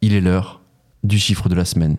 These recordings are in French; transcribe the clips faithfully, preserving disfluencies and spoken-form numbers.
il est l'heure du chiffre de la semaine.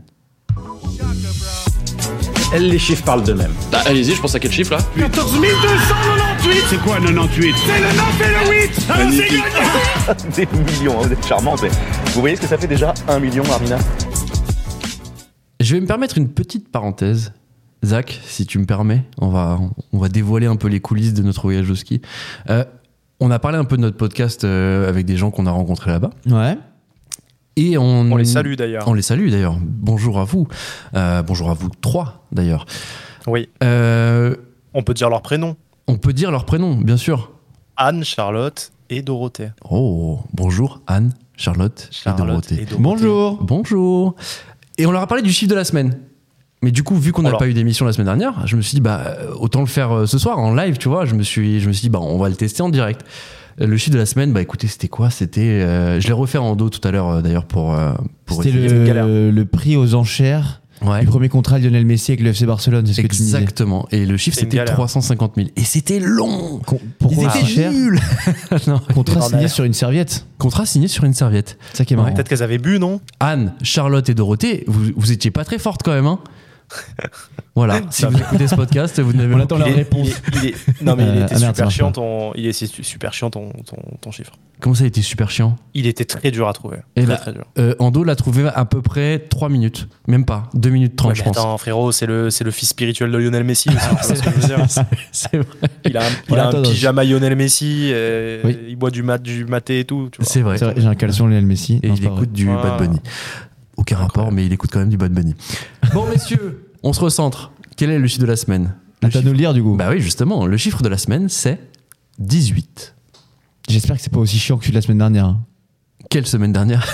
Les chiffres parlent d'eux-mêmes. Ah, allez-y, je pense à quel chiffre là? quatorze mille deux cent quatre-vingt-dix-huit. C'est quoi quatre-vingt-dix-huit? C'est le neuf et le huit. Alors c'est gagné. Des millions, hein, vous êtes charmante. Vous voyez ce que ça fait déjà? Un million, Armina? Je vais me permettre une petite parenthèse. Zach, si tu me permets, on va, on va dévoiler un peu les coulisses de notre voyage au ski. Euh, on a parlé un peu de notre podcast euh, avec des gens qu'on a rencontrés là-bas. Ouais. Et on, On les salue d'ailleurs. On les salue d'ailleurs. Bonjour à vous. Euh, bonjour à vous trois d'ailleurs. Oui. Euh, On peut dire leur prénom. on peut dire leur prénom, bien sûr. Anne, Charlotte et Dorothée. Oh, bonjour Anne, Charlotte, Charlotte et Dorothée. et Dorothée. Bonjour. Bonjour. Et on leur a parlé du chiffre de la semaine. Mais du coup, vu qu'on n'a Alors. pas eu d'émission la semaine dernière, je me suis dit, bah, euh, autant le faire euh, ce soir en live, tu vois. Je me suis, je me suis dit, bah, on va le tester en direct. Euh, Le chiffre de la semaine, bah, écoutez, c'était quoi? C'était, euh, je l'ai refait en dos tout à l'heure, euh, d'ailleurs, pour, euh, pour C'était essayer. une galère. le, le prix aux enchères Ouais. du premier contrat de Lionel Messi avec le F C Barcelone, c'est ce que tu disais. Exactement. Et le chiffre, C'est une c'était galère. trois cent cinquante mille. Et c'était long. Con- Pourquoi Ils aussi étaient cher? nuls. Non. Contrat Non, signé mais- sur une serviette. Contrat signé sur une serviette. C'est ça qui est marrant. Peut-être qu'elles avaient bu, non? Anne, Charlotte et Dorothée, vous, vous étiez pas très fortes quand même, hein. Voilà. Si vous écoutez ce podcast, vous n'avez On pas- attend la Il est- réponse. il est- il est- Non mais il Euh, était ah merde, ça super marche chiant pas. ton. Il est su- super chiant ton, ton, ton chiffre. Comment ça a été super chiant? Il était très dur à trouver. Et Très là, très dur. euh, Ando l'a trouvé à peu près trois minutes. Même pas. deux minutes trente, Ouais, je mais pense. attends, frérot, c'est le, c'est le fils spirituel de Lionel Messi. aussi, tu vois ce que je veux dire. C'est vrai. Il a un, il Voilà, a un attends, pyjama Lionel Messi, et Oui. il boit du mat, du maté et tout. Tu vois. C'est vrai. C'est vrai, j'ai un caleçon Lionel Messi. Et Non, il c'est pas vrai. écoute du Ah. Bad Bunny. Aucun rapport, Incroyable. mais il écoute quand même du Bad Bunny. Bon, messieurs, on se recentre. Quel est le chiffre de la semaine? Ah, Le t'as chiffre- nous le lire du coup. Bah oui, justement. Le chiffre de la semaine, c'est dix-huit. J'espère que c'est pas aussi chiant que celui de la semaine dernière. hein. Quelle semaine dernière?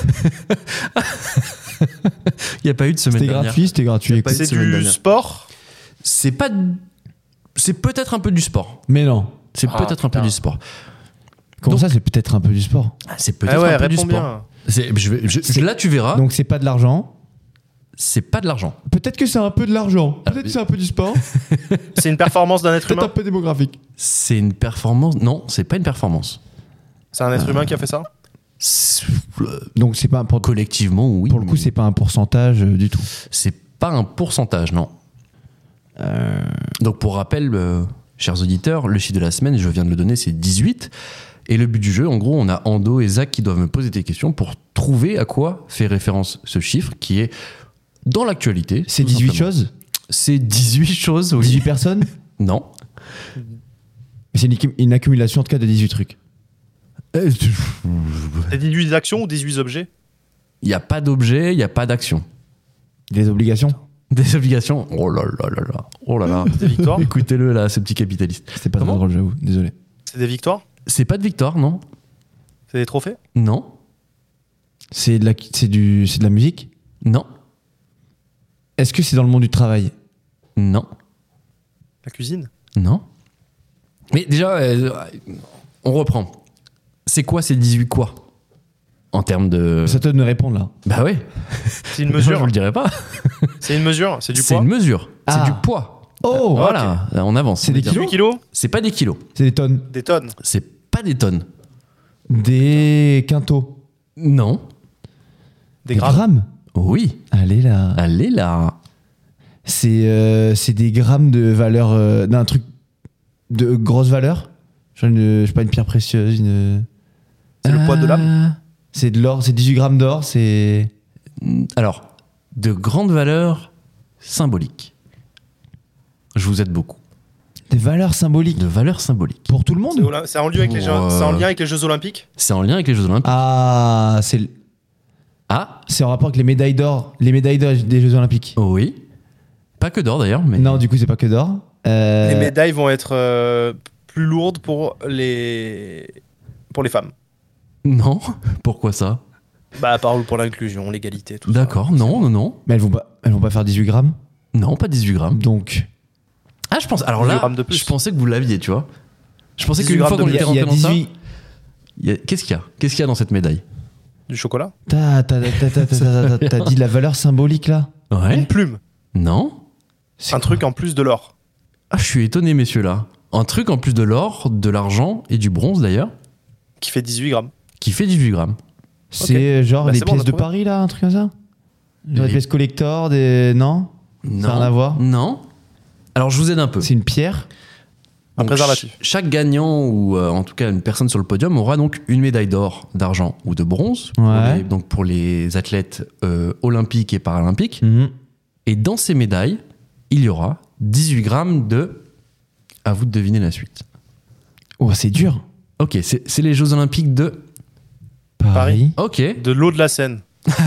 Il n'y a pas eu de semaine C'était dernière. gratuit, c'était gratuit. C'est pas- C'est semaine du dernière. sport. C'est pas. de- C'est peut-être un peu du sport. Mais non. C'est Ah, peut-être un peu putain. du sport. Comment Donc- ça, c'est peut-être un peu du sport. Ah, c'est peut-être Ah ouais, un peu du réponds sport. bien. C'est- je vais- je- C'est- là, tu verras. Donc c'est pas de l'argent. C'est pas de l'argent. Peut-être que c'est un peu de l'argent. Ah, Peut-être mais- que c'est un peu du sport. C'est une performance d'un être Peut-être un humain. peu démographique. C'est une performance. Non, c'est pas une performance. C'est un être Ah. humain qui a fait ça. C'est- Donc c'est pas un pour, Collectivement, oui. pour le coup, mais c'est pas un pourcentage euh, du tout. c'est pas un pourcentage, non. Donc, pour rappel, euh, chers auditeurs, le chiffre de la semaine, je viens de le donner, c'est dix-huit. Et le but du jeu, en gros, on a Ando et Zach qui doivent me poser des questions pour trouver à quoi fait référence ce chiffre qui est dans l'actualité. C'est tout dix-huit simplement. choses. C'est dix-huit choses, oui. dix-huit personnes. Non. Mais c'est une, écu- une accumulation en tout cas de dix-huit trucs. Euh, C'est dix-huit actions ou dix-huit objets? Il n'y a pas d'objet, il n'y a pas d'action. Des obligations. Des obligations. Oh là là là là. Oh là là. Des victoires? Écoutez-le là, ce petit capitaliste. C'était pas Comment très drôle, j'avoue. Désolé. C'est des victoires? C'est pas de victoire, non? C'est des trophées? Non. C'est de la, c'est du, c'est de la musique. Non. Est-ce que c'est dans le monde du travail? Non. La cuisine? Non. Mais déjà, euh, on reprend. C'est quoi ces dix-huit quoi? En termes de. Ça te donne de répondre là. Bah ouais. C'est une Je mesure? vous le dirai pas. C'est une mesure? C'est du C'est poids? une mesure. Ah. C'est du poids. Oh, Voilà. Là, on avance. C'est des dix-huit kilos kilos? C'est pas des kilos. C'est des tonnes. Des tonnes? C'est pas des tonnes. Des quintaux. Non. Des grammes? Oui. Allez là. Allez là. C'est euh, c'est des grammes de valeur euh, d'un truc de grosse valeur. Genre une, je sais pas, une pierre précieuse. Une... C'est le poids de l'âme? C'est de l'or, c'est dix-huit grammes d'or, c'est. Alors, de grande valeur symbolique. Je vous aide beaucoup. Des valeurs symboliques. De valeur symbolique. Pour tout le C'est monde. ola- C'est en lien avec les Jeux, Pour, euh, c'est en lien avec les Jeux Olympiques? C'est en lien avec les Jeux Olympiques. Ah, c'est Ah, c'est en rapport avec les médailles d'or, les médailles d'or des Jeux Olympiques. oui. Pas que d'or d'ailleurs, mais. Non, du coup, c'est pas que d'or. Euh, Les médailles vont être euh, plus lourdes pour les pour les femmes. Non. Pourquoi ça? Bah, par pour l'inclusion, l'égalité, tout ça. D'accord. Non, non, non. Mais elles vont pas, elles vont pas faire dix-huit grammes. Non, pas dix-huit grammes. Donc, Ah, je pense. Alors dix-huit là, grammes de plus. je pensais que vous l'aviez, tu vois. Je pensais dix-huit qu'une fois grammes qu'on de était il y a, rentré il y a dans ça. dix-huit. il y a- Qu'est-ce qu'il y a? Qu'est-ce qu'il y a dans cette médaille? Du chocolat? T'as t'as- t'as- t'as- t'as- t'as- t'as dit la valeur symbolique là. Ouais. Une plume. Non. C'est Un quoi truc en plus de l'or. Ah, je suis étonné, messieurs là. Un truc en plus de l'or, de l'argent et du bronze d'ailleurs, Qui fait dix-huit grammes. qui fait dix-huit grammes. C'est genre Bah, les c'est bon, on pièces a de trouvé. Paris, là, un truc comme ça. Genre Les- les pièces collector, des. Non Non. Ça a rien à voir. Non. Alors je vous aide un peu. C'est une pierre. Un Donc, préservatif. ch- Chaque gagnant, ou euh, en tout cas une personne sur le podium, aura donc une médaille d'or, d'argent ou de bronze. Pour Ouais. les- donc pour les athlètes euh, olympiques et paralympiques. Mhm. Et dans ces médailles, il y aura dix-huit grammes de... À vous de deviner la suite. Oh, c'est dur. Ok, c'est c'est les Jeux Olympiques de... Paris. Ok. De l'eau de la Seine.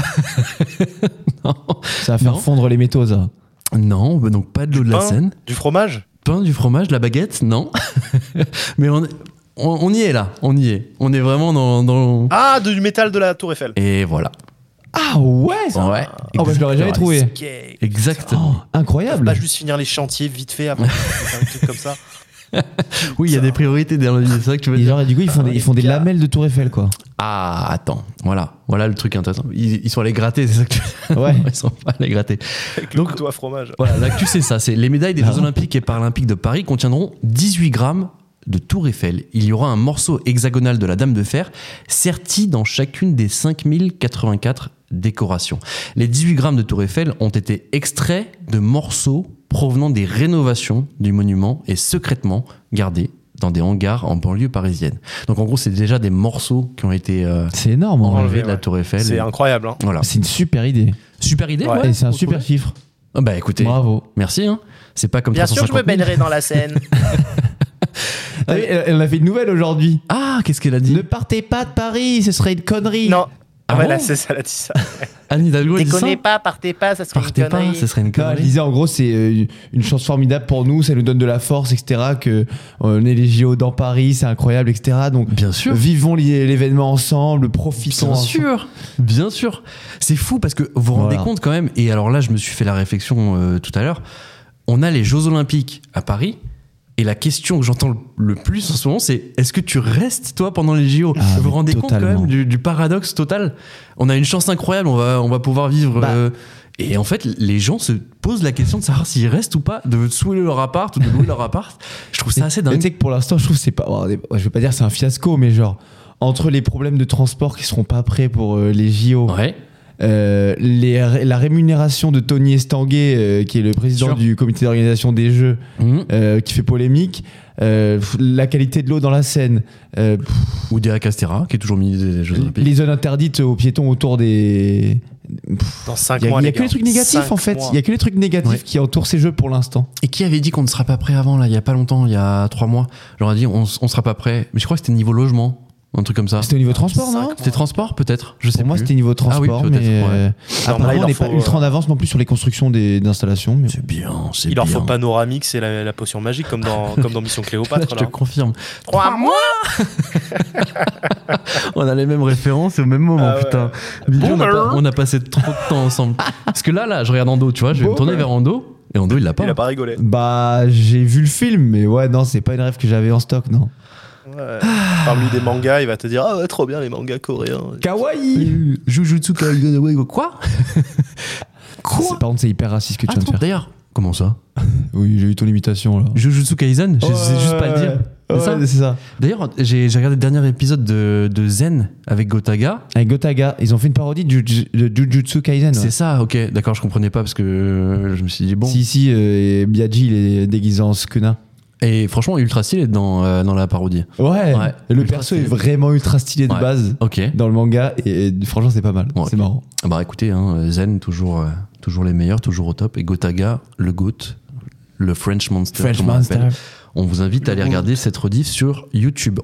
Ça va faire Non. fondre les métaux, ça. Non, bah donc pas de l'eau de la pain, Seine. Du fromage. Pain, du fromage, de la baguette, non. Mais on, on, on y est là, on y est. On est vraiment dans... dans... Ah, du métal de la Tour Eiffel. Et voilà. Ah ouais Ouais. Oh, bah, je l'aurais jamais trouvé. Ok. Exactement. Oh, incroyable. Pas juste finir les chantiers vite fait après faire un truc comme ça. Oui, il y a des priorités dans la vie, c'est ça que tu veux Et dire. genre, et du coup, ils font, des, ils font des gars. lamelles de Tour Eiffel, quoi. Ah, attends, voilà, voilà le truc intéressant. Ils, ils sont allés gratter, c'est ça que tu Ouais. Ils sont pas allés gratter. Avec Donc- le couteau à fromage. Voilà, l'actu c'est ça, c'est les médailles des Ah. Jeux Olympiques et Paralympiques de Paris contiendront dix-huit grammes de Tour Eiffel. Il y aura un morceau hexagonal de la Dame de Fer serti dans chacune des cinq mille quatre-vingt-quatre décorations. Les dix-huit grammes de Tour Eiffel ont été extraits de morceaux provenant des rénovations du monument et secrètement gardés dans des hangars en banlieue parisienne. Donc en gros, c'est déjà des morceaux qui ont été euh, C'est énorme, en vrai. enlevés de la ouais. Tour Eiffel. C'est incroyable. Hein. Voilà. C'est une super idée. Super idée, Ouais. ouais. Et c'est un vous super trouvez chiffre. Ah bah écoutez, Bravo. merci. Hein. C'est pas comme Bien trois sûr, cent je me cinquante mille. baignerai dans la Seine. Ah oui, elle, elle en a fait une nouvelle aujourd'hui. Ah, qu'est-ce qu'elle a dit Ne partez pas de Paris, ce serait une connerie. Non. Ah Ah ouais, bon là, c'est ça, elle a dit ça. Anne Hidalgo, elle dit ça Déconnez pas, partez pas, ça serait Partez une pas, connerie. ce serait une Non, elle connerie. disait en gros c'est euh, une chance formidable pour nous, ça nous donne de la force, et cetera. Que euh, on est les J O dans Paris, c'est incroyable, et cetera. Donc Bien sûr. vivons l'é- l'événement ensemble, profitons. Bien ensemble. sûr, bien sûr. C'est fou parce que vous vous rendez Voilà. compte quand même, et alors là je me suis fait la réflexion euh, tout à l'heure, on a les Jeux Olympiques à Paris, et la question que j'entends le, le plus en ce moment c'est est-ce que tu restes toi pendant les J O Ah, Vous vous mais rendez compte quand totalement. même du, du paradoxe total. On a une chance incroyable, on va, on va pouvoir vivre... Bah. euh, et en fait, les gens se posent la question de savoir s'ils restent ou pas, de louer leur appart ou de louer leur appart. Je trouve ça assez Mais dingue. tu sais que pour l'instant, je trouve que c'est pas. bon, je vais pas dire que c'est un fiasco, mais genre entre les problèmes de transport qui seront pas prêts pour euh, les J O. Ouais. Euh, les, la rémunération de Tony Estanguet, euh, qui est le président Sûr. du comité d'organisation des Jeux, Mhm. euh, qui fait polémique, euh, la qualité de l'eau dans la Seine, euh, Ou Dea Castera, qui est toujours ministre des Jeux Olympiques. les zones interdites aux piétons autour des. Dans cinq Il y a, mois, il y a les que les gars. trucs négatifs Cinq en fait. mois. Il y a que les trucs négatifs Ouais. qui entourent ces Jeux pour l'instant. Et qui avait dit qu'on ne sera pas prêt avant, là, il y a pas longtemps, il y a trois mois J'aurais dit on, on sera pas prêt. Mais je crois que c'était niveau logement, un truc comme ça. C'était au niveau transport, non Cinq C'était transport, peut-être Je sais Pour moi, plus. c'était niveau Ah oui, transport, peut-être, mais ouais. euh, Non, mais là, apparemment, il on leur n'est pas faut, ultra en euh, avance non plus sur les constructions des- d'installations. Mais... C'est bien, c'est Il bien. leur faut panoramique, c'est la, la potion magique, comme dans, comme dans Mission Là, Cléopâtre. je te là. confirme. Trois mois. On a les mêmes références au même moment, Ah ouais. putain. Billy, on, a Boomer. pas- on a passé trop de temps ensemble. Parce que là, là, je regarde Ando, tu vois, je vais me tourner vers Ando, et Ando, il l'a pas. Il a pas rigolé. Bah, j'ai vu le film, mais ouais, non, c'est pas une rêve que j'avais en stock, non. Ouais. Parle-lui des mangas, il va te dire ah ouais, trop bien les mangas coréens. Kawaii Euh, Jujutsu Kaisen, ouais, quoi C'est- Par contre, c'est hyper raciste ce que tu viens de Attends, faire. d'ailleurs, comment ça Oui, j'ai eu ton imitation là. Jujutsu Kaisen Je sais juste pas le dire. C'est Ouais, ça c'est ça. D'ailleurs, j'ai j'ai regardé le dernier épisode de, de Zen avec Gotaga. Avec Gotaga, ils ont fait une parodie de Juju- de Jujutsu Kaisen. C'est ouais. ça, ok, d'accord, je comprenais pas parce que euh, je me suis dit bon. Si, si, euh, et Byaji, il est déguisé en Sukuna. Et franchement, ultra stylé dans, euh, dans la parodie. Ouais, Ouais. Et le Ultra perso stylé. est vraiment ultra stylé de Ouais. base Ok. dans le manga, et, et franchement, c'est pas mal. Ouais, c'est ok. marrant. Bah écoutez, hein, Zen, toujours, euh, toujours les meilleurs, toujours au top. Et Gotaga, le GOAT, le French Monster. French comme on Monster. l'appelle. On vous invite à aller regarder cette rediff sur YouTube.